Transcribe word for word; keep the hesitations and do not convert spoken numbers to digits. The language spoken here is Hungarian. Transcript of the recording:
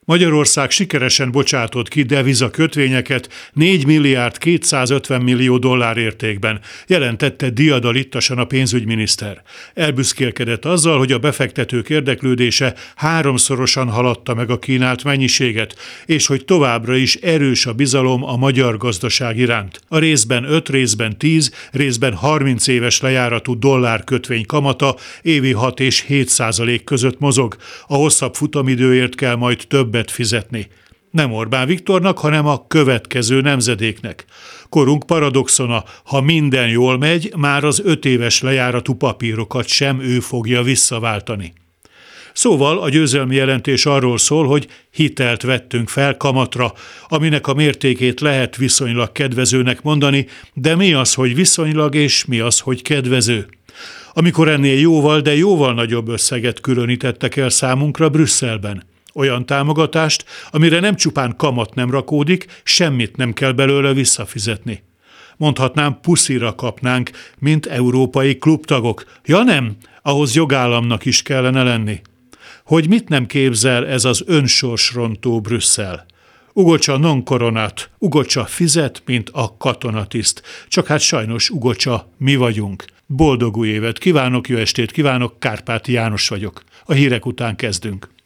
Magyarország sikeresen bocsátott ki devizakötvényeket négy milliárd kétszázötven millió dollár értékben, jelentette diadalittasan a pénzügyminiszter. Elbüszkélkedett azzal, hogy a befektetők érdeklődése háromszorosan haladta meg a kínált mennyiséget, és hogy továbbra is erős a bizalom a magyar gazdaság iránt. A részben öt, részben tíz, részben harminc éves lejáratú dollárkötvény kamata évi hat és hét százalék között mozog. A hosszabb futamidőért kell majd többet fizetni. Nem Orbán Viktornak, hanem a következő nemzedéknek. Korunk paradoxona, ha minden jól megy, már az öt éves lejáratú papírokat sem ő fogja visszaváltani. Szóval a győzelmi jelentés arról szól, hogy hitelt vettünk fel kamatra, aminek a mértékét lehet viszonylag kedvezőnek mondani, de mi az, hogy viszonylag, és mi az, hogy kedvező? Amikor ennél jóval, de jóval nagyobb összeget különítettek el számunkra Brüsszelben. Olyan támogatást, amire nem csupán kamat nem rakódik, semmit nem kell belőle visszafizetni. Mondhatnám, puszira kapnánk, mint európai klubtagok. Ja nem, ahhoz jogállamnak is kellene lenni. Hogy mit nem képzel ez az önsorsrontó Brüsszel? Ugocsa non coronat, Ugocsa fizet, mint a katonatiszt. Csak hát sajnos Ugocsa mi vagyunk. Boldog új évet kívánok, jó estét kívánok, Kárpáti János vagyok. A hírek után kezdünk.